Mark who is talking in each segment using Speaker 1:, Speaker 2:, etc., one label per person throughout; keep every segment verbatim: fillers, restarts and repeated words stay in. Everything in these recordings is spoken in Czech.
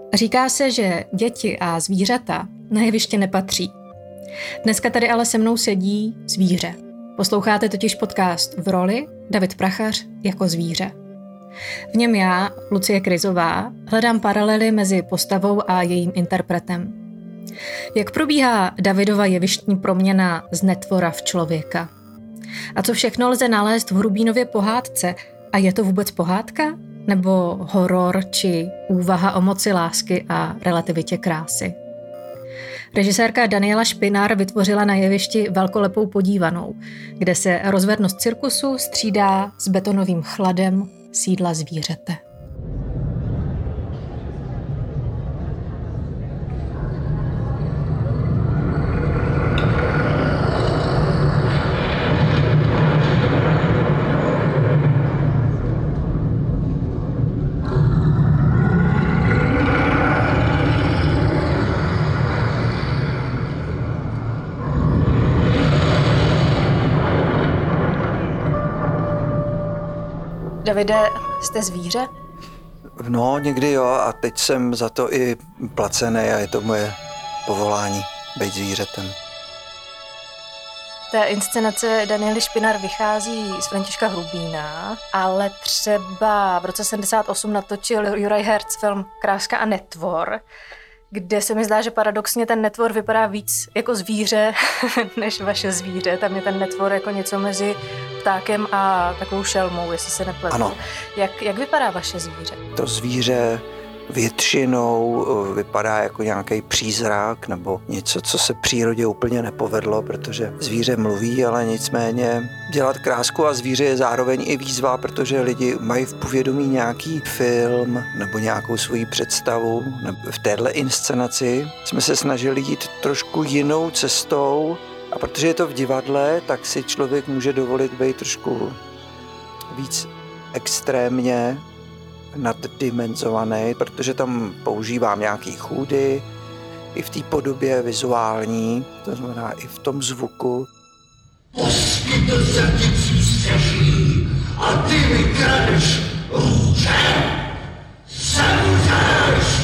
Speaker 1: Říká se, že děti a zvířata na jeviště nepatří. Dneska tady ale se mnou sedí zvíře. Posloucháte totiž podcast V roli David Prachař jako zvíře. V něm já, Lucie Kryzová, hledám paralely mezi postavou a jejím interpretem. Jak probíhá Davidova jevištní proměna z netvora v člověka? A co všechno lze nalézt v Hrubínově pohádce? A je to vůbec pohádka? Nebo horor či úvaha o moci lásky a relativitě krásy? Režisérka Daniela Špinár vytvořila na jevišti velkolepou podívanou, kde se rozvednost cirkusu střídá s betonovým chladem sídla zvířete. Davide, jste zvíře?
Speaker 2: No, někdy jo, a teď jsem za to i placený a je to moje povolání, být zvířetem.
Speaker 1: Ta inscenace Daniely Špinár vychází z Františka Hrubína, ale třeba v roce sedmdesát osm natočil Juraj Herc film Kráska a netvor, kde se mi zdá, že paradoxně ten netvor vypadá víc jako zvíře, než vaše zvíře. Tam je ten netvor jako něco mezi ptákem a takovou šelmou, jestli se nepletu.
Speaker 2: Ano.
Speaker 1: Jak, jak vypadá vaše zvíře?
Speaker 2: To zvíře většinou vypadá jako nějaký přízrak nebo něco, co se přírodě úplně nepovedlo, protože zvíře mluví, ale nicméně dělat krásku a zvíře je zároveň i výzva, protože lidi mají v povědomí nějaký film nebo nějakou svoji představu. V téhle inscenaci jsme se snažili jít trošku jinou cestou a protože je to v divadle, tak si člověk může dovolit být trošku víc extrémně naddimenzovaný, protože tam používám nějaký chůdy i v té podobě vizuální, to znamená i v tom zvuku.
Speaker 3: Poskytl jsem ti přístřeží a ty mi kradeš růže? Zemřeš!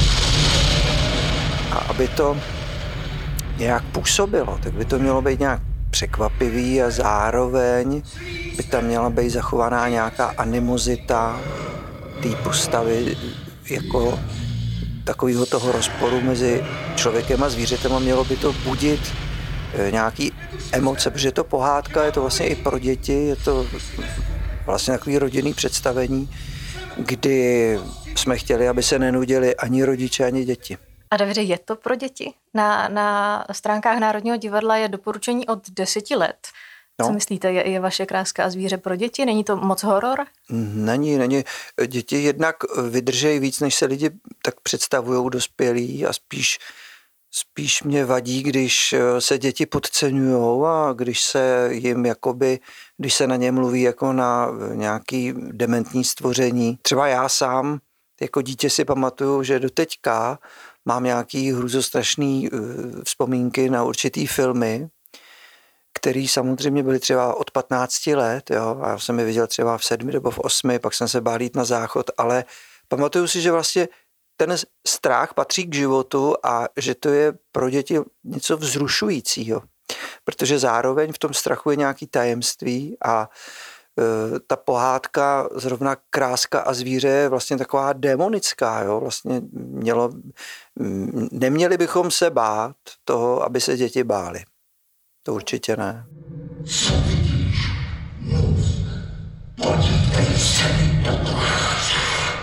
Speaker 2: A aby to nějak působilo, tak by to mělo být nějak překvapivý a zároveň by tam měla být zachovaná nějaká animozita té postavy, jako takového toho rozporu mezi člověkem a zvířetem a mělo by to budit nějaký emoce, protože je to pohádka, je to vlastně i pro děti, je to vlastně takový rodinný představení, kdy jsme chtěli, aby se nenudili ani rodiče, ani děti.
Speaker 1: A Davide, je to pro děti? Na, na stránkách Národního divadla je doporučení od deseti let. No. Co myslíte, je, je vaše Kráska a zvíře pro děti? Není to moc horor?
Speaker 2: Není, není. Děti jednak vydržejí víc, než se lidi tak představují dospělí a spíš, spíš mě vadí, když se děti podceňujou a když se jim jakoby, když se na ně mluví jako na nějaký dementní stvoření. Třeba já sám jako dítě si pamatuju, že doteďka mám nějaký hruzostrašný vzpomínky na určitý filmy, který samozřejmě byly třeba od patnácti let, jo, a já jsem je viděl třeba v sedmi nebo v osmi, pak jsem se bál jít na záchod, ale pamatuju si, že vlastně ten strach patří k životu a že to je pro děti něco vzrušujícího, protože zároveň v tom strachu je nějaký tajemství a e, ta pohádka, zrovna Kráska a zvíře je vlastně taková démonická, jo, vlastně mělo, neměli bychom se bát toho, aby se děti bály. To určitě ne.
Speaker 3: Co vidíš? Mluv. Podívej se mi do tváře.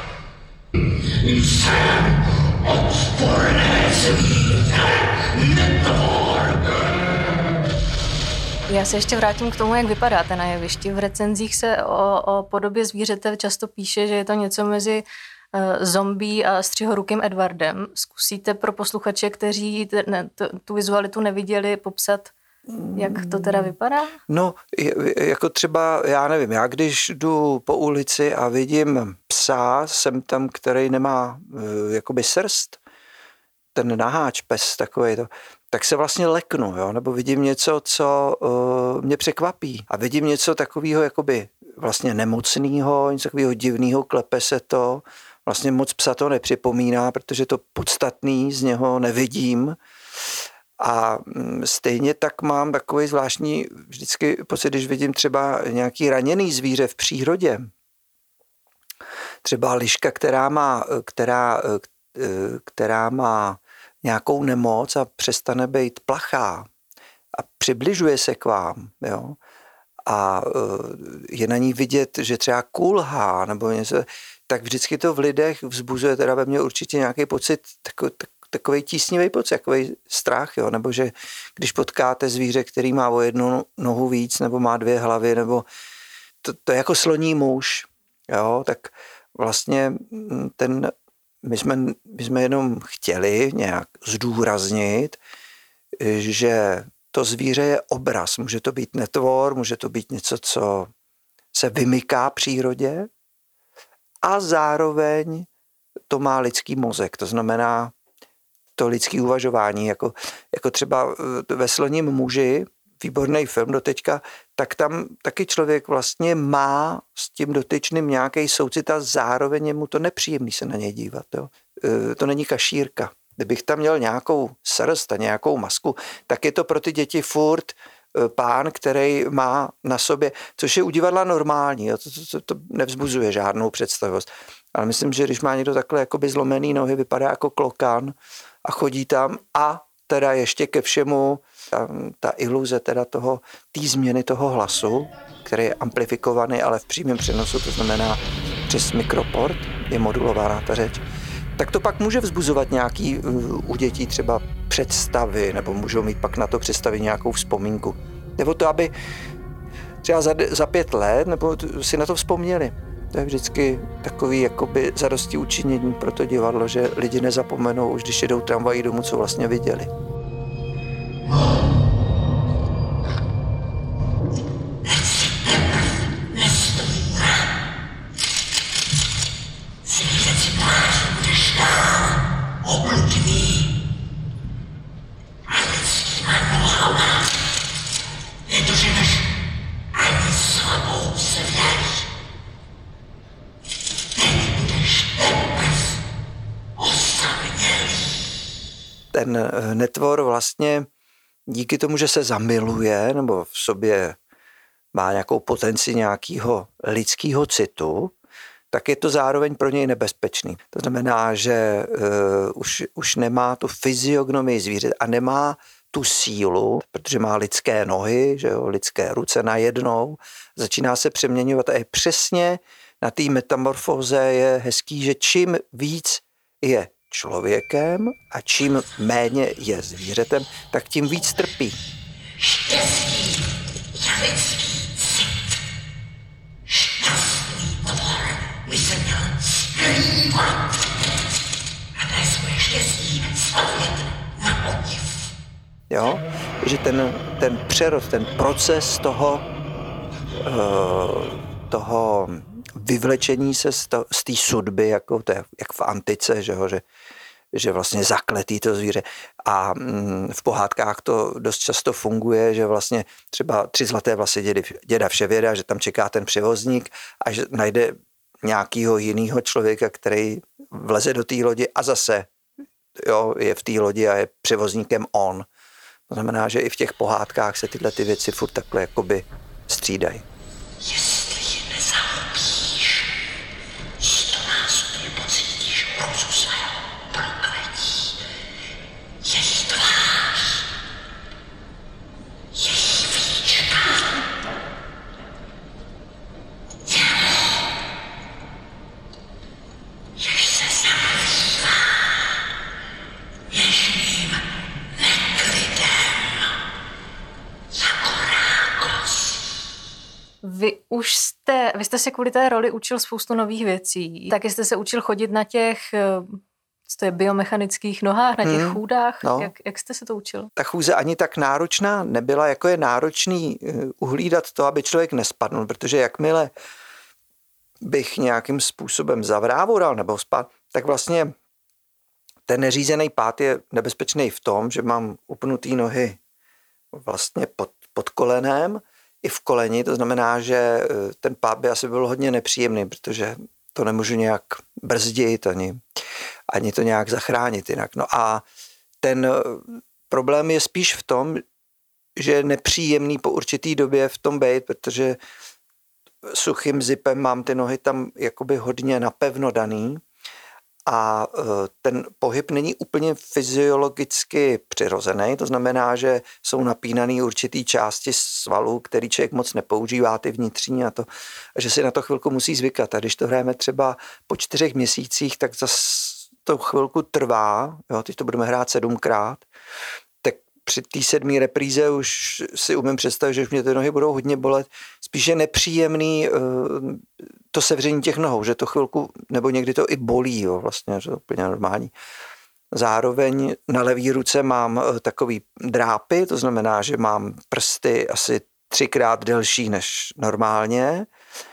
Speaker 3: Jsem odporné zvíře, netvor.
Speaker 1: Já se ještě vrátím k tomu, jak vypadáte na jevišti. V recenzích se o, o podobě zvířete často píše, že je to něco mezi uh, zombie a střihorukým Edwardem. Zkusíte pro posluchače, kteří t, ne, t, tu vizualitu neviděli, popsat, jak to teda vypadá?
Speaker 2: No, jako třeba, já nevím, já když jdu po ulici a vidím psa, jsem tam, který nemá jakoby srst, ten naháč pes takový to, tak se vlastně leknu, jo? Nebo vidím něco, co uh, mě překvapí a vidím něco takového jakoby vlastně nemocného, něco takového divného, klepe se to, vlastně moc psa to nepřipomíná, protože to podstatný z něho nevidím. A stejně tak mám takový zvláštní vždycky pocit, když vidím třeba nějaký raněný zvíře v přírodě. Třeba liška, která má, která, která má nějakou nemoc a přestane být plachá a přibližuje se k vám, jo. A je na ní vidět, že třeba kulhá nebo něco, tak vždycky to v lidech vzbuzuje teda ve mně určitě nějaký pocit, takový, takový tísnivý pocit, takový strach, jo, nebo že když potkáte zvíře, který má o jednu nohu víc, nebo má dvě hlavy, nebo to, to je jako sloní muž, jo, tak vlastně ten, my jsme, my jsme jenom chtěli nějak zdůraznit, že to zvíře je obraz, může to být netvor, může to být něco, co se vymyká přírodě a zároveň to má lidský mozek, to znamená to lidské uvažování, jako, jako třeba ve Sloním muži, výborný film doteďka, tak tam taky člověk vlastně má s tím dotyčným nějaký soucit a zároveň je mu to nepříjemný se na něj dívat. Jo. To není kašírka. Kdybych tam měl nějakou srst a nějakou masku, tak je to pro ty děti furt pán, který má na sobě, což je u divadla normální, jo. To, to, to, to nevzbuzuje žádnou představivost. Ale myslím, že když má někdo takhle jakoby zlomený nohy, vypadá jako klokan a chodí tam a teda ještě ke všemu ta, ta iluze teda toho, té změny toho hlasu, který je amplifikovaný, ale v přímém přenosu, to znamená přes mikroport, je modulovaná ta řeč, tak to pak může vzbuzovat nějaký u dětí třeba představy, nebo můžou mít pak na to představit nějakou vzpomínku. Nebo to, aby třeba za, za pět let, nebo si na to vzpomněli. To je vždycky takový jakoby zadosti učinění pro to divadlo, že lidi nezapomenou, už když jedou tramvají domů, co vlastně viděli. Ten netvor vlastně díky tomu, že se zamiluje nebo v sobě má nějakou potenci nějakého lidského citu, tak je to zároveň pro něj nebezpečný. To znamená, že uh, už, už nemá tu fyziognomii zvíře a nemá tu sílu, protože má lidské nohy, že jo, lidské ruce najednou, začíná se přeměňovat a je přesně na té metamorfóze je hezký, že čím víc je člověkem a čím méně je zvířetem, tak tím víc trpí.
Speaker 3: Štěstí je lidský cit. Šťastný tvor by se měl skrývat. A ne svoje štěstí stavět na odiv.
Speaker 2: Jo? Že ten, ten přerod, ten proces toho, uh, toho vyvlečení se z té sudby, jako to je, jak v antice, že, ho, že, že vlastně zakletí to zvíře. A mm, v pohádkách to dost často funguje, že vlastně třeba tři zlaté vlasy dědy, děda Vševěda, že tam čeká ten převozník a že najde nějakého jiného člověka, který vleze do té lodi a zase jo, je v té lodi a je převozníkem on. To znamená, že i v těch pohádkách se tyhle ty věci furt takhle jakoby střídají.
Speaker 1: Vy už jste, vy jste se kvůli té roli učil spoustu nových věcí. Taky jste se učil chodit na těch, co to je, biomechanických nohách, na těch hmm, chůdách. No. Jak, jak jste se to učil?
Speaker 2: Ta chůze ani tak náročná nebyla, jako je náročný uhlídat to, aby člověk nespadnul, protože jakmile bych nějakým způsobem zavrávoral nebo spát, tak vlastně ten neřízený pád je nebezpečný v tom, že mám upnutý nohy vlastně pod, pod kolenem i v koleni, to znamená, že ten pád by asi byl hodně nepříjemný, protože to nemůžu nějak brzdit, ani, ani to nějak zachránit jinak. No a ten problém je spíš v tom, že je nepříjemný po určitý době v tom bejt, protože suchým zipem mám ty nohy tam jakoby hodně napevno daný a ten pohyb není úplně fyziologicky přirozený, to znamená, že jsou napínaný určitý části svalů, který člověk moc nepoužívá, ty vnitřní a to, a že si na to chvilku musí zvykat. A když to hrajeme třeba po čtyřech měsících, tak zase to chvilku trvá, jo, teď to budeme hrát sedmkrát, tak při té sedmé repríze už si umím představit, že už mě ty nohy budou hodně bolet. Spíš je nepříjemný to sevření těch nohou, že to chvilku, nebo někdy to i bolí, jo, vlastně, že to je úplně normální. Zároveň na levé ruce mám takový drápy, to znamená, že mám prsty asi třikrát delší než normálně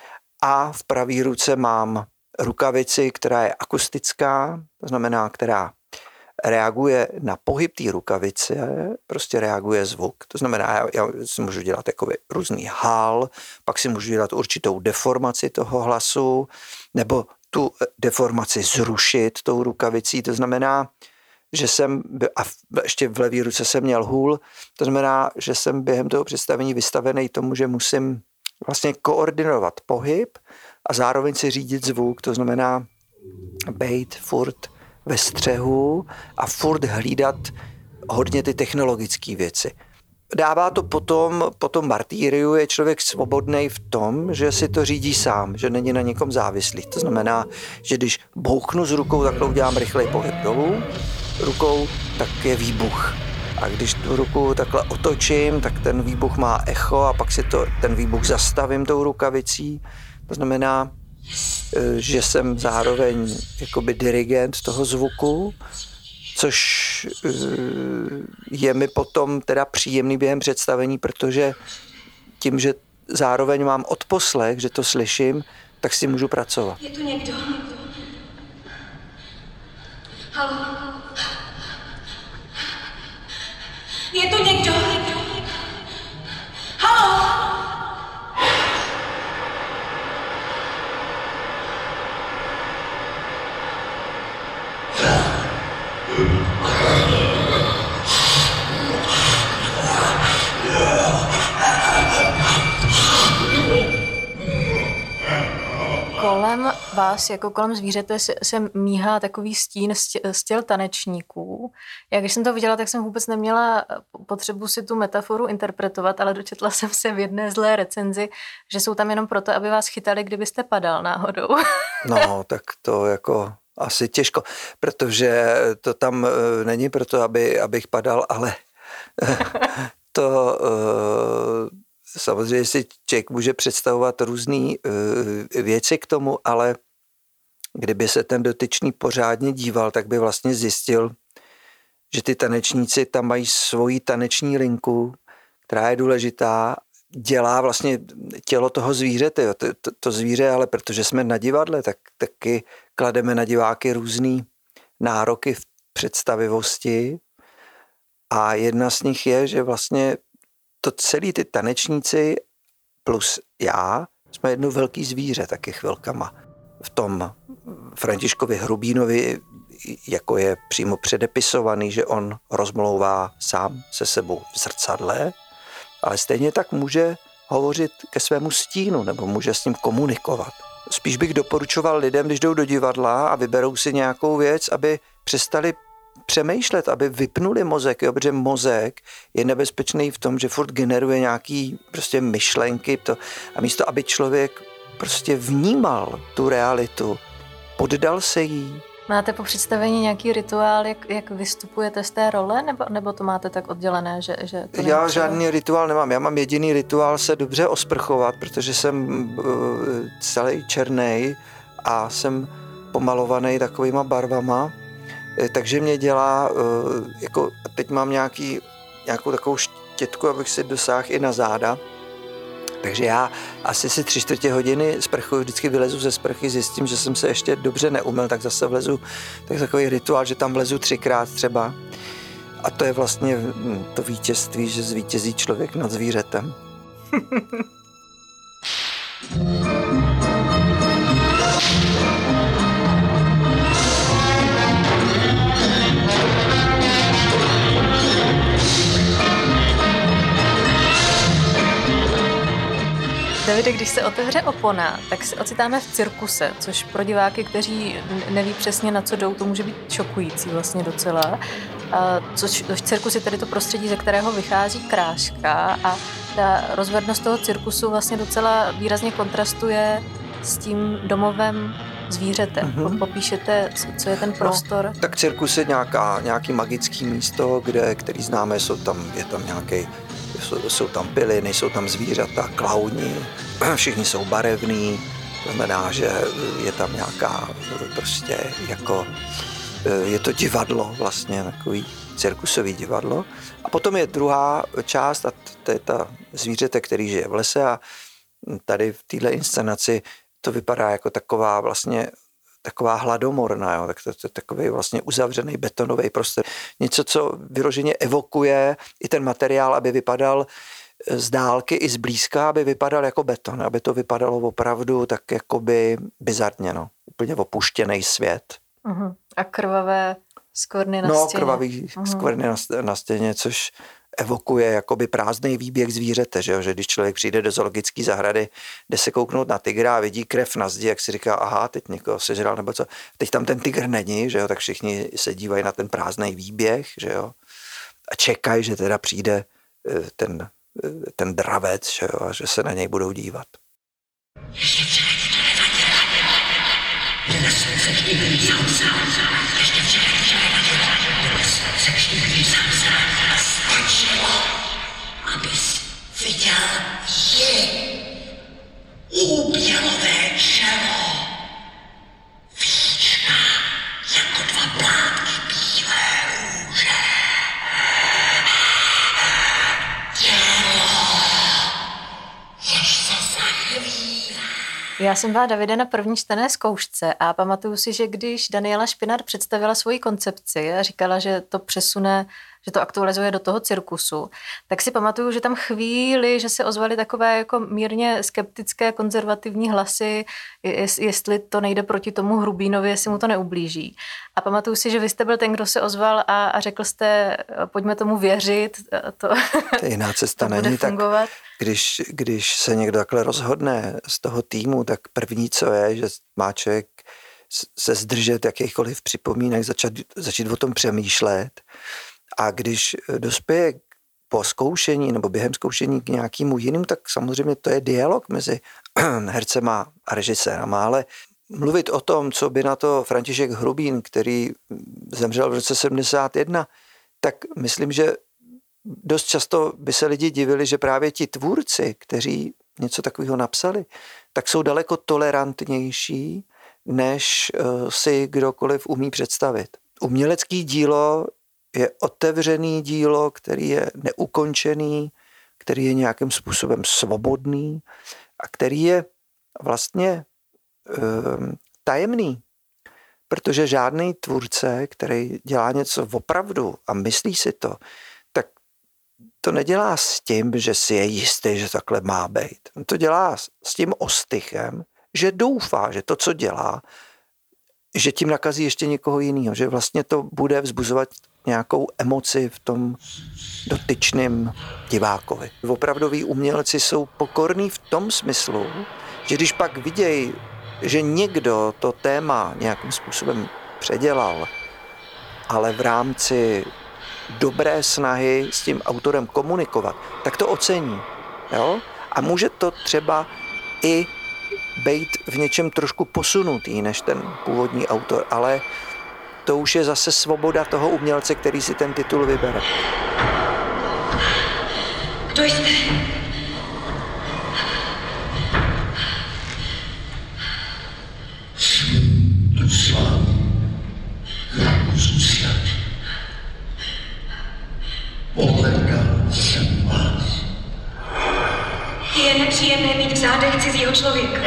Speaker 2: a v pravé ruce mám rukavici, která je akustická, to znamená, která reaguje na pohyb té rukavice, prostě reaguje zvuk. To znamená, já, já si můžu dělat jakoby různý hal, pak si můžu dělat určitou deformaci toho hlasu, nebo tu deformaci zrušit tou rukavicí. To znamená, že jsem, a ještě v levé ruce jsem měl hůl, to znamená, že jsem během toho představení vystavený tomu, že musím vlastně koordinovat pohyb a zároveň si řídit zvuk, to znamená bejt furt ve střehu a furt hlídat hodně ty technologické věci. Dává to potom, potom martýriu, je člověk svobodný v tom, že si to řídí sám, že není na někom závislý. To znamená, že když bouchnu s rukou, takhle udělám rychlej pohyb dolů rukou, tak je výbuch. A když tu ruku takhle otočím, tak ten výbuch má echo a pak si to, ten výbuch zastavím tou rukavicí. To znamená, že jsem zároveň jakoby dirigent toho zvuku, což je mi potom teda příjemný během představení, protože tím, že zároveň mám odposlech, že to slyším, tak si můžu pracovat.
Speaker 4: Je tu někdo? Haló? Je tu někdo? Haló?
Speaker 1: Kolem vás, jako kolem zvířete, se, se míhá takový stín z těl tanečníků. Já když jsem to viděla, tak jsem vůbec neměla potřebu si tu metaforu interpretovat, ale dočetla jsem se v jedné zlé recenzi, že jsou tam jenom proto, aby vás chytali, kdybyste padal náhodou. No,
Speaker 2: tak to jako asi těžko, protože to tam není proto, aby, abych padal, ale to... Samozřejmě si člověk může představovat různé uh, věci k tomu, ale kdyby se ten dotyčný pořádně díval, tak by vlastně zjistil, že ty tanečníci tam mají svoji taneční linku, která je důležitá, dělá vlastně tělo toho zvířete. To, to, to zvíře, ale protože jsme na divadle, tak taky klademe na diváky různý nároky v představivosti a jedna z nich je, že vlastně to celý ty tanečníci plus já jsme jedno velký zvíře taky chvilkama. V tom Františkovi Hrubínovi jako je přímo předepisovaný, že on rozmlouvá sám se sebou v zrcadle, ale stejně tak může hovořit ke svému stínu nebo může s ním komunikovat. Spíš bych doporučoval lidem, když jdou do divadla a vyberou si nějakou věc, aby přestali přemýšlet, aby vypnuli mozek, jo, protože mozek je nebezpečný v tom, že furt generuje nějaký prostě myšlenky to, a místo, aby člověk prostě vnímal tu realitu, poddal se jí.
Speaker 1: Máte po představení nějaký rituál, jak, jak vystupujete z té role, nebo, nebo to máte tak oddělené, že, že to
Speaker 2: Já žádný rituál nemám, já mám jediný rituál se dobře osprchovat, protože jsem uh, celý černej a jsem pomalovaný takovýma barvama. Takže mě dělá, jako teď mám nějaký, nějakou takovou štětku, abych si dosáhl i na záda. Takže já asi si tři čtvrtě hodiny sprchuju, vždycky vylezu ze sprchy, zjistím, že jsem se ještě dobře neumyl, tak zase vlezu, tak takový rituál, že tam vlezu třikrát třeba. A to je vlastně to vítězství, že zvítězí člověk nad zvířetem.
Speaker 1: Davide, když se otevře opona, tak se ocitáme v cirkuse, což pro diváky, kteří neví přesně, na co jdou, to může být šokující vlastně docela. Což, což cirkus je tedy to prostředí, ze kterého vychází kráška a ta rozvednost toho cirkusu vlastně docela výrazně kontrastuje s tím domovem zvířete. Mm-hmm. Popíšete, co je ten prostor?
Speaker 2: No, tak cirkus je nějaká, nějaký magický místo, kde, který známe, jsou tam, je tam nějaký, jsou, jsou tam piliny, jsou tam zvířata, klauni, všichni jsou barevní, to znamená, že je tam nějaká prostě jako, je to divadlo vlastně, takový cirkusový divadlo. A potom je druhá část a to je ta zvířete, který žije v lese a tady v téhle inscenaci to vypadá jako taková vlastně taková hladomorna, jo? Tak to, to je takový vlastně uzavřený betonový prostor. Něco, co vyloženě evokuje i ten materiál, aby vypadal z dálky i z blízka, aby vypadal jako beton, aby to vypadalo opravdu tak jakoby bizarně, no. Úplně opuštěný svět.
Speaker 1: Uh-huh. A krvavé skvrny na
Speaker 2: no,
Speaker 1: stěně.
Speaker 2: No, krvavý uh-huh. skvrny na, na stěně, což evokuje jakoby prázdný výběh zvířete, že, jo? Že když člověk přijde do zoologické zahrady, jde se kouknout na tygra a vidí krev na zdi, jak si říká, aha, teď někoho sežral nebo co. Teď tam ten tygr není, že jo? Tak všichni se dívají na ten prázdný výběh, že jo? A čekají, že teda přijde ten, ten dravec, že jo? A že se na něj budou dívat.
Speaker 3: Ještě včera ti to nevadilo. Dnes se kdy sám sám. Ještě včera ti to nevadilo. Dnes se kdy sám sám. Stačilo, abys viděl je. Úbělové čelo. Víčka jako dva plátky bílé růže. Tělo, jež se zachvívá.
Speaker 1: Já jsem byla, Davide, na první čtené zkoušce a pamatuju si, že když Daniela Špinár představila svoji koncepci a říkala, že to přesune, že to aktualizuje do toho cirkusu, tak si pamatuju, že tam chvíli, že se ozvaly takové jako mírně skeptické konzervativní hlasy, jestli to nejde proti tomu Hrubínovi, jestli mu to neublíží. A pamatuju si, že vy jste byl ten, kdo se ozval a, a řekl jste, pojďme tomu věřit. To,
Speaker 2: to je jiná cesta
Speaker 1: to bude
Speaker 2: není,
Speaker 1: fungovat.
Speaker 2: Tak když, když se někdo takhle rozhodne z toho týmu, tak první, co je, že má člověk se zdržet jakýchkoliv připomínek, začat, začít o tom přemýšlet. A když dospěje po zkoušení nebo během zkoušení k nějakému jinému, tak samozřejmě to je dialog mezi hercema a režisérama, ale mluvit o tom, co by na to František Hrubín, který zemřel v roce sedmdesát jedna, tak myslím, že dost často by se lidi divili, že právě ti tvůrci, kteří něco takového napsali, tak jsou daleko tolerantnější, než si kdokoliv umí představit. Umělecký dílo je otevřený dílo, který je neukončený, který je nějakým způsobem svobodný a který je vlastně um, tajemný, protože žádný tvůrce, který dělá něco opravdu a myslí si to, tak to nedělá s tím, že si je jistý, že takhle má být. On to dělá s tím ostychem, že doufá, že to, co dělá, že tím nakazí ještě někoho jiného, že vlastně to bude vzbuzovat nějakou emoci v tom dotyčném divákovi. Opravdoví umělci jsou pokorní v tom smyslu, že když pak vidějí, že někdo to téma nějakým způsobem předělal, ale v rámci dobré snahy s tím autorem komunikovat, tak to ocení. Jo? A může to třeba i být v něčem trošku posunutý než ten původní autor, ale to už je zase svoboda toho umělce, který si ten titul vybere.
Speaker 4: Kdo jste?
Speaker 3: Tu s vámi, Rakusu svět. Pohledal jsem vás.
Speaker 4: Je nepříjemné mít v zádech cizího člověka.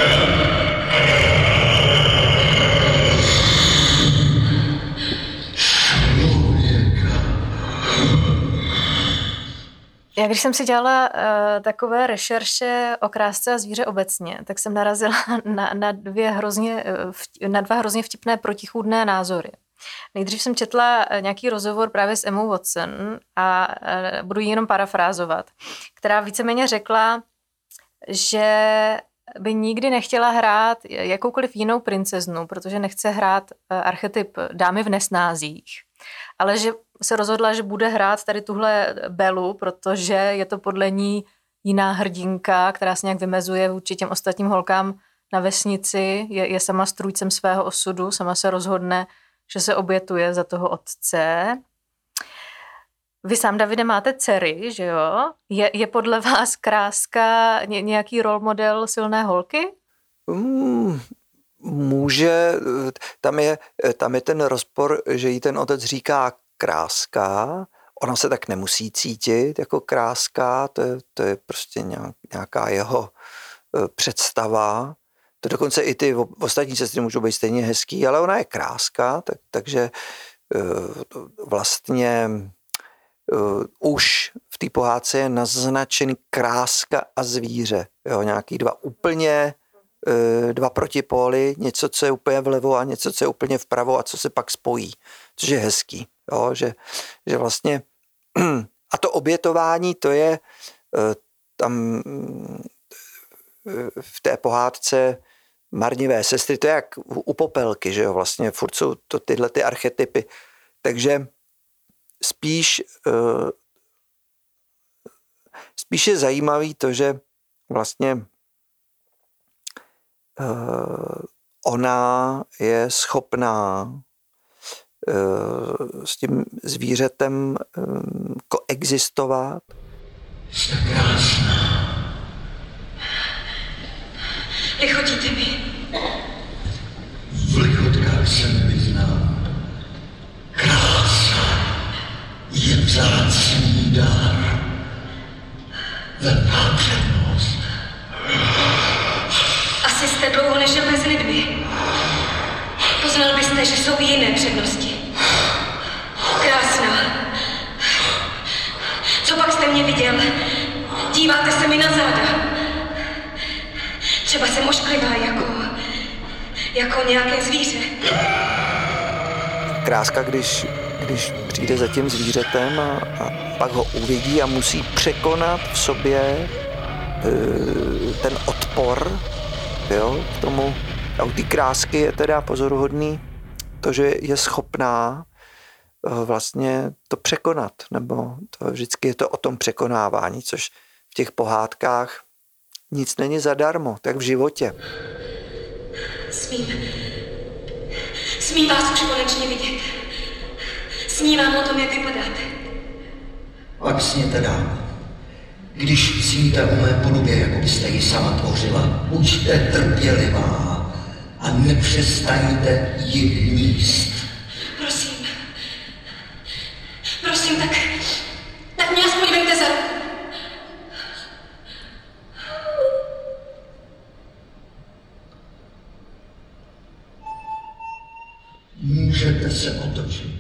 Speaker 1: Já když jsem si dělala uh, takové rešerše o krásce a zvíře obecně, tak jsem narazila na, na, dvě hrozně, na dva hrozně vtipné protichůdné názory. Nejdřív jsem četla nějaký rozhovor právě s Emmou Watson a uh, budu ji jenom parafrázovat, která víceméně řekla, že by nikdy nechtěla hrát jakoukoliv jinou princeznu, protože nechce hrát archetyp dámy v nesnázích, ale že se rozhodla, že bude hrát tady tuhle Belu, protože je to podle ní jiná hrdinka, která se nějak vymezuje vůči těm ostatním holkám na vesnici, je, je sama strůjcem svého osudu, sama se rozhodne, že se obětuje za toho otce. Vy sám, Davide, máte dcery, že jo? Je, je podle vás Kráska ně, nějaký role model silné holky?
Speaker 2: Mm, může, tam je, tam je ten rozpor, že jí ten otec říká Kráska, ona se tak nemusí cítit jako Kráska, to je, to je prostě nějaká jeho představa. To dokonce i ty ostatní sestry můžou být stejně hezký, ale ona je Kráska, tak, takže vlastně Uh, už v té pohádce je naznačený Kráska a zvíře. Jo, nějaký dva úplně, uh, dva protipóly, něco, co je úplně vlevo a něco, co je úplně vpravo a co se pak spojí, což je hezký. Jo, že, že vlastně a to obětování, to je uh, tam uh, v té pohádce Marnivé sestry, to je jak u Popelky, že jo, vlastně furt jsou to tyhle ty archetypy. Takže Spíš, spíš je zajímavý to, že vlastně ona je schopná s tím zvířetem koexistovat.
Speaker 3: Jste krásná.
Speaker 4: Lichotíte mi.
Speaker 3: V lichotkách se nevyznám. Krása je vzácný dar. Velká přednost.
Speaker 4: Asi jste dlouho nežil mezi lidmi. Poznal byste, že jsou jiné přednosti. Krásná. Co pak jste mě viděl? Díváte se mi na záda. Třeba jsem ošklivá jako, jako nějaké zvíře.
Speaker 2: Kráska, když, když přijde za tím zvířetem a, a pak ho uvidí a musí překonat v sobě e, ten odpor, jo, k tomu. A u té krásky je teda pozoruhodný to, že je schopná e, vlastně to překonat, nebo to vždycky je to o tom překonávání, což v těch pohádkách nic není zadarmo, tak v životě.
Speaker 4: Smím. Smím vás už konečně vidět. Snívám o tom, jak vypadáte.
Speaker 3: Pak sněte dál. Když sníte o mé podobě, jako byste ji sama tvořila, buďte trpělivá a nepřestaňte ji hníst.
Speaker 4: Prosím. Prosím, tak... Tak mě aspoň vemte za...
Speaker 3: Můžete se otočit.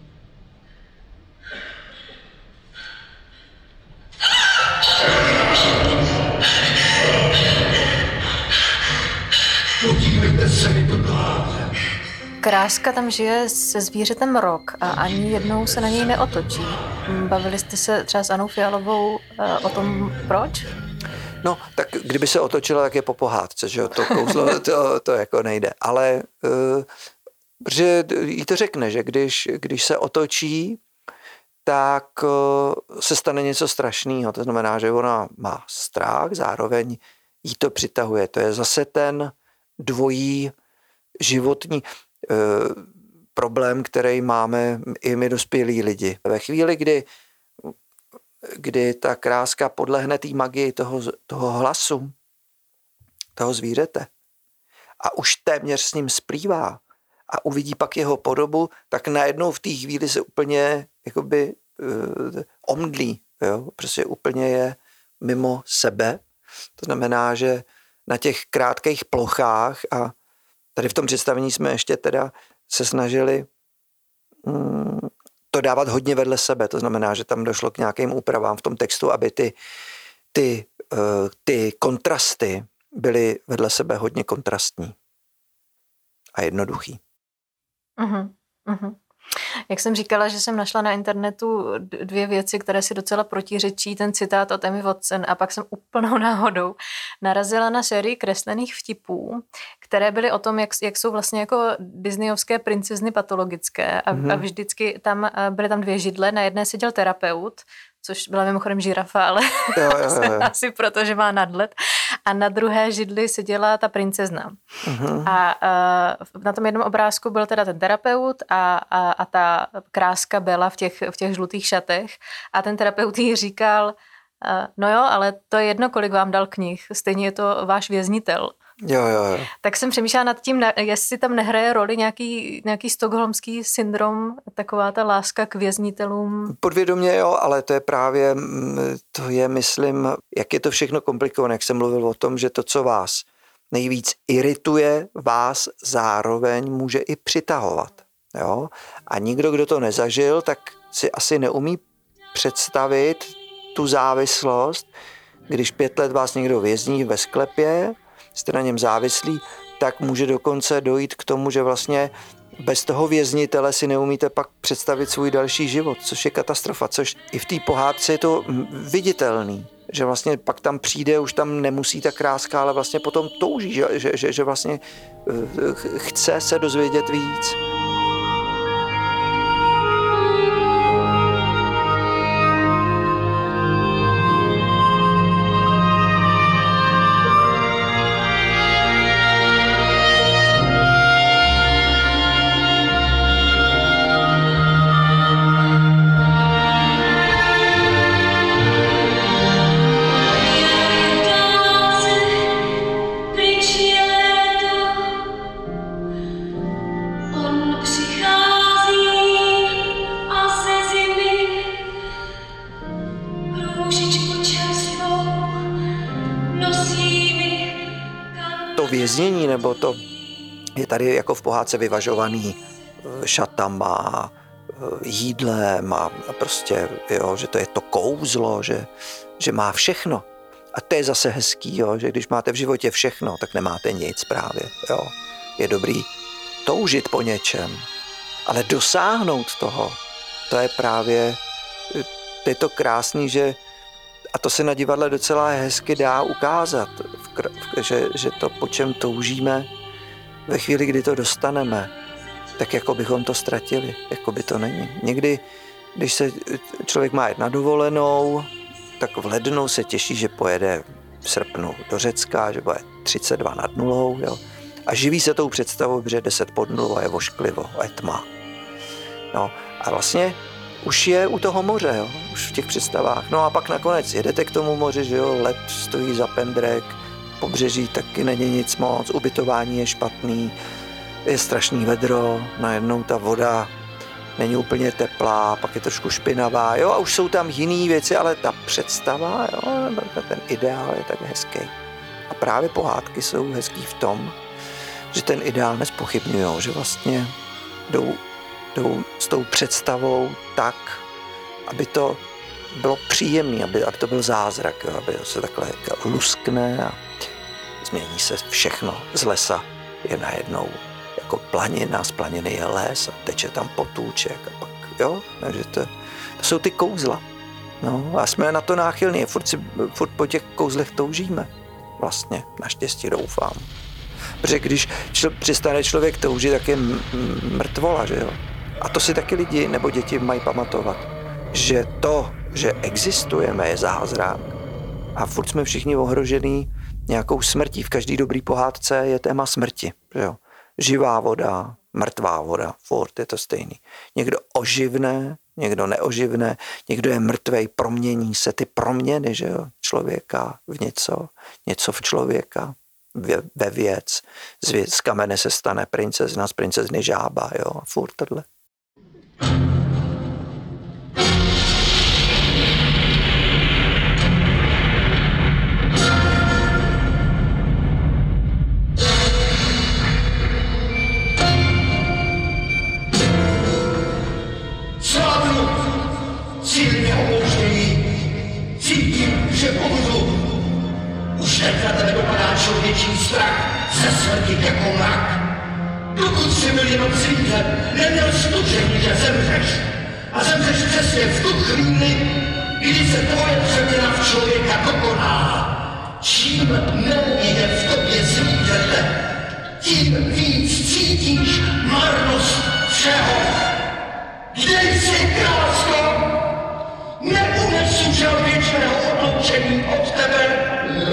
Speaker 3: Podívejte se mi do tváře.
Speaker 1: Kráska tam žije se zvířetem rok a ani jednou se na něj neotočí. Bavili jste se třeba s Anou Fialovou o tom, proč?
Speaker 2: No, tak kdyby se otočila, tak je po pohádce, že jo, to kouzlo, to, to jako nejde. Ale uh, protože jí to řekne, že když, když se otočí, tak uh, se stane něco strašného. To znamená, že ona má strach, zároveň jí to přitahuje. To je zase ten dvojí životní uh, problém, který máme i my dospělí lidi. Ve chvíli, kdy, kdy ta kráska podlehne té magii toho, toho hlasu, toho zvířete a už téměř s ním splývá a uvidí pak jeho podobu, tak najednou v té chvíli se úplně jakoby uh, omdlí. Jo? Prostě úplně je mimo sebe. To znamená, že na těch krátkých plochách a tady v tom představení jsme ještě teda se snažili um, to dávat hodně vedle sebe. To znamená, že tam došlo k nějakým úpravám v tom textu, aby ty, ty, uh, ty kontrasty byly vedle sebe hodně kontrastní a jednoduchý.
Speaker 1: Uhum, uhum. Jak jsem říkala, že jsem našla na internetu dvě věci, které si docela protiřečí, ten citát od Emmy Watson, a pak jsem úplnou náhodou narazila na sérii kreslených vtipů, které byly o tom, jak, jak jsou vlastně jako disneyovské princezny patologické a, mm-hmm. a vždycky tam byly tam dvě židle, na jedné seděl terapeut, což byla mimochodem žirafa, ale jo, jo, jo. asi proto, že má nadhled. A na druhé židli seděla ta princezna. Uh-huh. A uh, na tom jednom obrázku byl teda ten terapeut a, a, a ta kráska Bela v těch, v těch žlutých šatech. A ten terapeut jí říkal, uh, no jo, ale to je jedno, kolik vám dal knih. Stejně je to váš věznitel.
Speaker 2: Jo, jo, jo.
Speaker 1: Tak jsem přemýšlela nad tím, jestli tam nehraje roli nějaký, nějaký stockholmský syndrom, taková ta láska k věznitelům.
Speaker 2: Podvědomě jo, ale to je právě, to je, myslím, jak je to všechno komplikované, jak jsem mluvil o tom, že to, co vás nejvíc irituje, vás zároveň může i přitahovat. Jo? A nikdo, kdo to nezažil, tak si asi neumí představit tu závislost, když pět let vás někdo vězní ve sklepě, jste na něm závislí, tak může dokonce dojít k tomu, že vlastně bez toho věznitele si neumíte pak představit svůj další život, což je katastrofa, což i v té pohádce je to viditelný, že vlastně pak tam přijde, už tam nemusí ta kráska, ale vlastně potom touží, že, že, že, že vlastně chce se dozvědět víc. Věznění, nebo to je tady jako v pohádce vyvažovaný šatama, jídlem a prostě, jo, že to je to kouzlo, že, že má všechno. A to je zase hezký, jo, že když máte v životě všechno, tak nemáte nic právě. Jo. Je dobrý toužit po něčem, ale dosáhnout toho, to je právě, to je to krásný, že a to se na divadle docela hezky dá ukázat, že, že to, po čem toužíme, ve chvíli, kdy to dostaneme, tak jako bychom to ztratili, jako by to není. Někdy, když se člověk má jít na dovolenou, tak v lednu se těší, že pojede v srpnu do Řecka, že bude třicet dva nad nulou, jo. A živí se tou představou, že deset pod nulou a je vošklivo a je tma. No a vlastně už je u toho moře, jo, už v těch představách. No a pak nakonec jedete k tomu moři, že jo, led stojí za pendrek, pobřeží taky není nic moc, ubytování je špatný, je strašný vedro, najednou ta voda není úplně teplá, pak je trošku špinavá, jo, a už jsou tam jiné věci, ale ta představa, jo, ten ideál je tak hezký. A právě pohádky jsou hezký v tom, že ten ideál nezpochybňujou, že vlastně jdou jdou s tou představou tak, aby to bylo příjemné, aby, aby to byl zázrak, jo, aby se takhle luskne a změní se všechno. Z lesa je najednou jako planina, z planiny je les a teče tam potůček a pak, jo, takže to, to jsou ty kouzla. No a jsme na to náchylní, furt, si, furt po těch kouzlech toužíme. Vlastně, naštěstí doufám. Protože když čl, přestane člověk toužit, tak je mrtvola, že jo. A to si taky lidi nebo děti mají pamatovat, že to, že existujeme, je zázrak. A furt jsme všichni ohrožený nějakou smrtí. V každý dobrý pohádce je téma smrti. Že jo? Živá voda, mrtvá voda, furt je to stejný. Někdo oživne, někdo neoživne, někdo je mrtvej, promění se ty proměny, že jo? Člověka v něco, něco v člověka, ve věc. Z, věc, z kamene se stane princezna, z princezny žába, jo? A furt tohle.
Speaker 3: Slávu, silně omoužený, cítím, že pomůžu. Už teď na tebe dopadá člověčí strach, ze smrti jako mrak. Dokud si mi byl jenom zvíře, neměl stučení, že zemřeš. A zemřeš přesně v tu chvíli, kdy se tvoje přeměna v člověka dokoná. Čím méně je v tobě zvířete, tím víc cítíš marnost všeho. Dej si, krásko, neunesu žel věčného odloučení od tebe.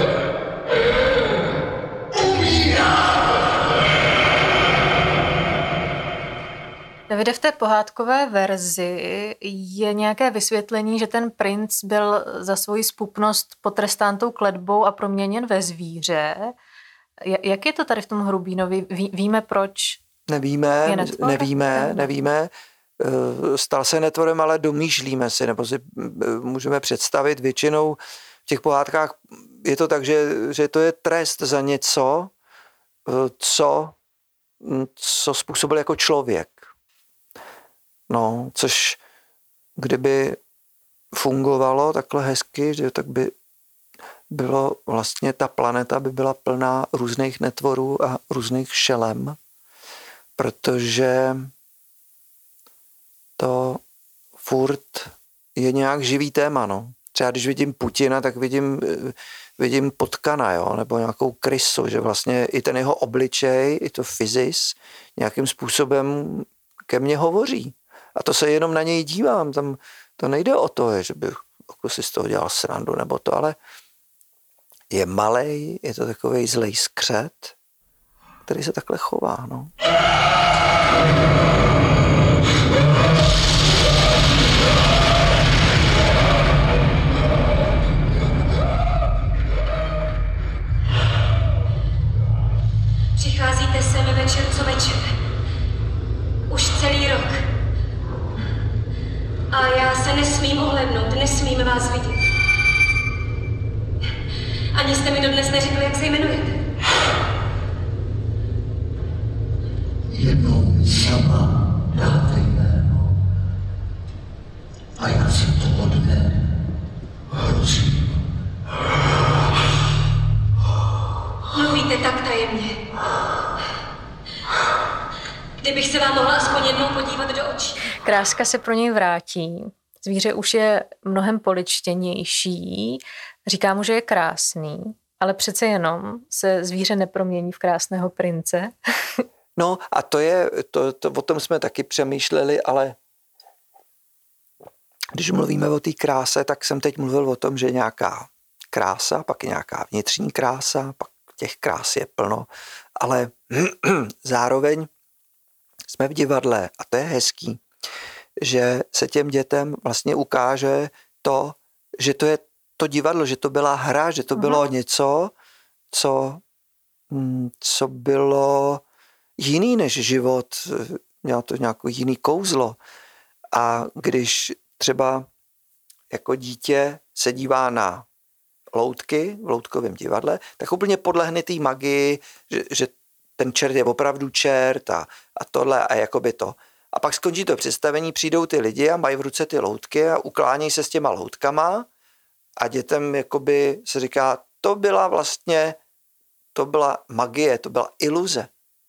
Speaker 1: Davide, v té pohádkové verzi je nějaké vysvětlení, že ten princ byl za svoji zpupnost potrestán tou kletbou a proměněn ve zvíře. Jak je to tady v tom Hrubínovi? Ví, víme proč?
Speaker 2: Nevíme, nevíme, nevíme. Stal se netvorem, ale domýšlíme si, nebo si můžeme představit většinou v těch pohádkách je to tak, že, že to je trest za něco, co, co způsobil jako člověk. No, což kdyby fungovalo takhle hezky, že tak by bylo vlastně ta planeta by byla plná různých netvorů a různých šelem, protože to furt je nějak živý téma, no. Třeba když vidím Putina, tak vidím, vidím potkana, jo, nebo nějakou krysu, že vlastně i ten jeho obličej, i to fyzis nějakým způsobem ke mně hovoří. A to se jenom na něj dívám, tam to nejde o to, že bych jako si z toho dělal srandu nebo to, ale je malej, je to takovej zlej skřet, který se takhle chová, no.
Speaker 4: Přicházíte sem večer co večer. Už celý rok. A já se nesmím ohlédnout, nesmím vás vidět. Ani jste mi dodnes neřekli, jak se jmenujete.
Speaker 3: Jednou mi sama dáte jméno. A já si toho dne hrozím.
Speaker 4: Mluvíte tak tajemně. Kdybych se vám mohla aspoň jednou podívat do očí.
Speaker 1: Kráska se pro něj vrátí. Zvíře už je mnohem poličtěnější. Říká mu, že je krásný, ale přece jenom se zvíře nepromění v krásného prince.
Speaker 2: No a to je, to, to, o tom jsme taky přemýšleli, ale když mluvíme o té kráse, tak jsem teď mluvil o tom, že nějaká krása, pak je nějaká vnitřní krása, pak těch krás je plno, ale zároveň jsme v divadle a to je hezký, že se těm dětem vlastně ukáže to, že to je to divadlo, že to byla hra, že to bylo něco, co, co bylo jiný než život, mělo to nějaké jiný kouzlo. A když třeba jako dítě se dívá na loutky v loutkovém divadle, tak úplně podlehne té magii, že, že ten čert je opravdu čert a, a tohle a jakoby to. A pak skončí to představení, přijdou ty lidi a mají v ruce ty loutky a uklánějí se s těma loutkama a dětem jakoby se říká, to byla vlastně, to byla magie, to byla iluze.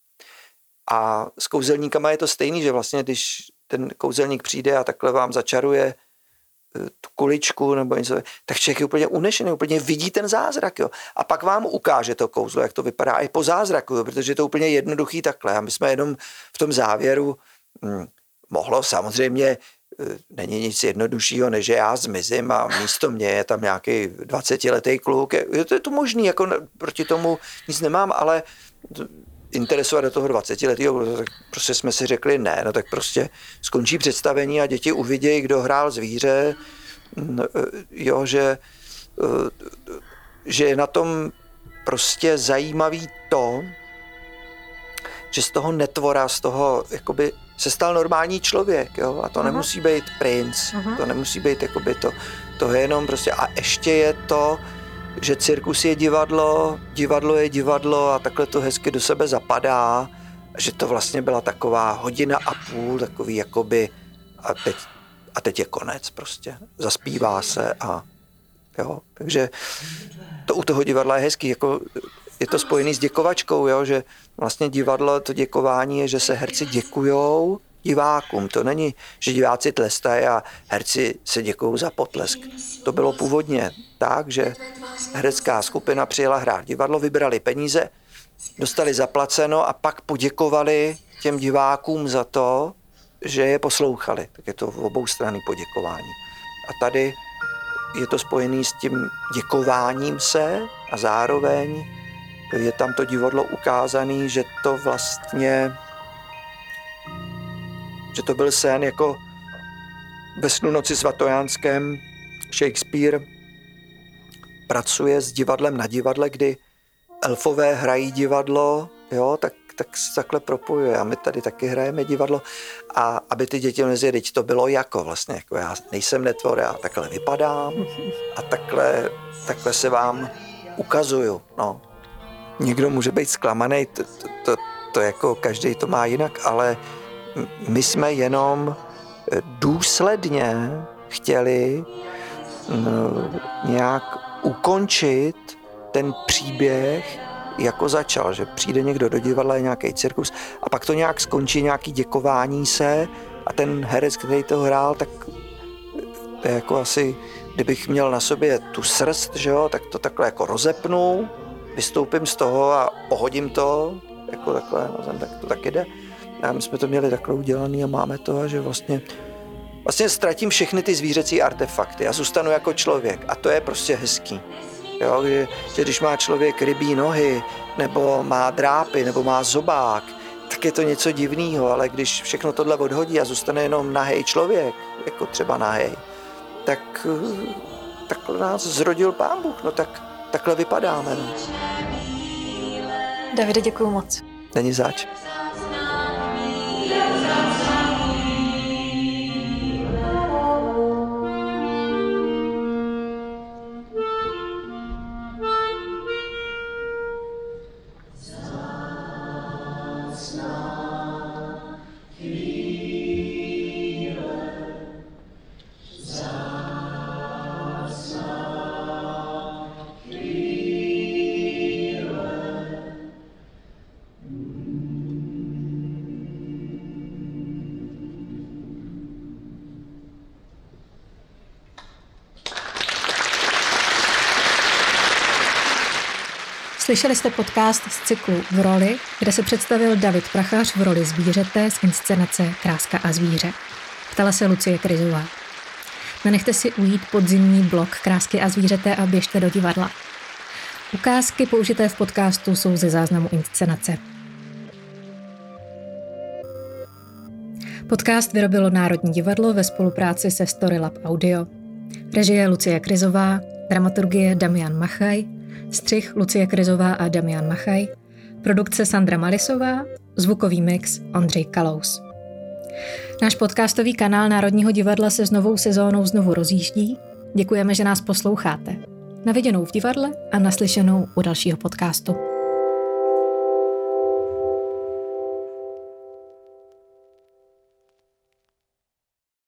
Speaker 2: A s kouzelníkama je to stejný, že vlastně, když ten kouzelník přijde a takhle vám začaruje tu kuličku nebo něco, tak člověk je úplně unešený, úplně vidí ten zázrak, jo. A pak vám ukáže to kouzlo, jak to vypadá i po zázraku, jo, protože je to úplně jednoduchý takhle. A my jsme jenom v tom závěru hm, mohlo samozřejmě, není nic jednoduššího, než že já zmizím a místo mě je tam nějaký dvacetiletý kluk. Je to, je to možný, jako proti tomu nic nemám, ale interesovat do toho dvacetiletého, tak prostě jsme si řekli ne, no tak prostě skončí představení a děti uvidějí, kdo hrál zvíře, jo, že, že je na tom prostě zajímavý to, že z toho netvora, z toho jakoby se stal normální člověk, jo, a to uh-huh. nemusí být princ, uh-huh. to nemusí být jakoby to, to je jenom prostě, a ještě je to, že cirkus je divadlo, divadlo je divadlo a takhle to hezky do sebe zapadá, že to vlastně byla taková hodina a půl, takový jakoby a teď, a teď je konec prostě, zaspívá se a jo, takže to u toho divadla je hezký, jako je to spojený s děkovačkou, jo, že vlastně divadlo, to děkování je, že se herci děkujou divákům. To není, že diváci tlestají a herci se děkují za potlesk. To bylo původně tak, že herecká skupina přijela hrát divadlo, vybrali peníze, dostali zaplaceno a pak poděkovali těm divákům za to, že je poslouchali. Tak je to v obou strany poděkování. A tady je to spojený s tím děkováním se a zároveň je tam to divadlo ukázané, že to vlastně, že to byl sen jako ve Snu noci svatojánském. Shakespeare pracuje s divadlem na divadle, kdy elfové hrají divadlo, jo, tak, tak se takhle propojuje. A my tady taky hrajeme divadlo. A aby ty děti nezjedli, to bylo jako vlastně, jako já nejsem netvor, já takhle vypadám a takhle, takhle se vám ukazuju, no. Někdo může být zklamaný, to, to, to, to jako každý to má jinak, ale my jsme jenom důsledně chtěli no, nějak ukončit ten příběh, jako začal, že přijde někdo do divadla, je nějaký cirkus a pak to nějak skončí, nějaký děkování se a ten herec, který to hrál, tak to je jako asi, kdybych měl na sobě tu srst, že jo, tak to takhle jako rozepnu, vystoupím z toho a pohodím to, jako takhle na zem, tak to tak jde. A my jsme to měli takhle udělaný a máme to, a že vlastně vlastně ztratím všechny ty zvířecí artefakty a zůstanu jako člověk a to je prostě hezký. Jo, že, že když má člověk rybí nohy, nebo má drápy, nebo má zobák, tak je to něco divného, ale když všechno tohle odhodí a zůstane jenom nahej člověk, jako třeba nahej, tak takhle nás zrodil Pán Bůh, no tak takhle vypadáme. No.
Speaker 1: Davide, děkuju moc.
Speaker 2: Není zač.
Speaker 1: Slyšeli jste podcast z cyklu V roli, kde se představil David Prachař v roli zvířete z inscenace Kráska a zvíře. Ptala se Lucie Kryzová. Nenechte si ujít podzimní blok Krásky a zvířete a běžte do divadla. Ukázky použité v podcastu jsou ze záznamu inscenace. Podcast vyrobilo Národní divadlo ve spolupráci se Storylab Audio. Režie Lucie Kryzová, dramaturgie Damian Machaj, střih Lucie Kryzová a Damian Machaj, produkce Sandra Malisová, zvukový mix Ondřej Kalous. Náš podcastový kanál Národního divadla se s novou sezónou znovu rozjíždí. Děkujeme, že nás posloucháte. Na viděnou v divadle a naslyšenou u dalšího podcastu.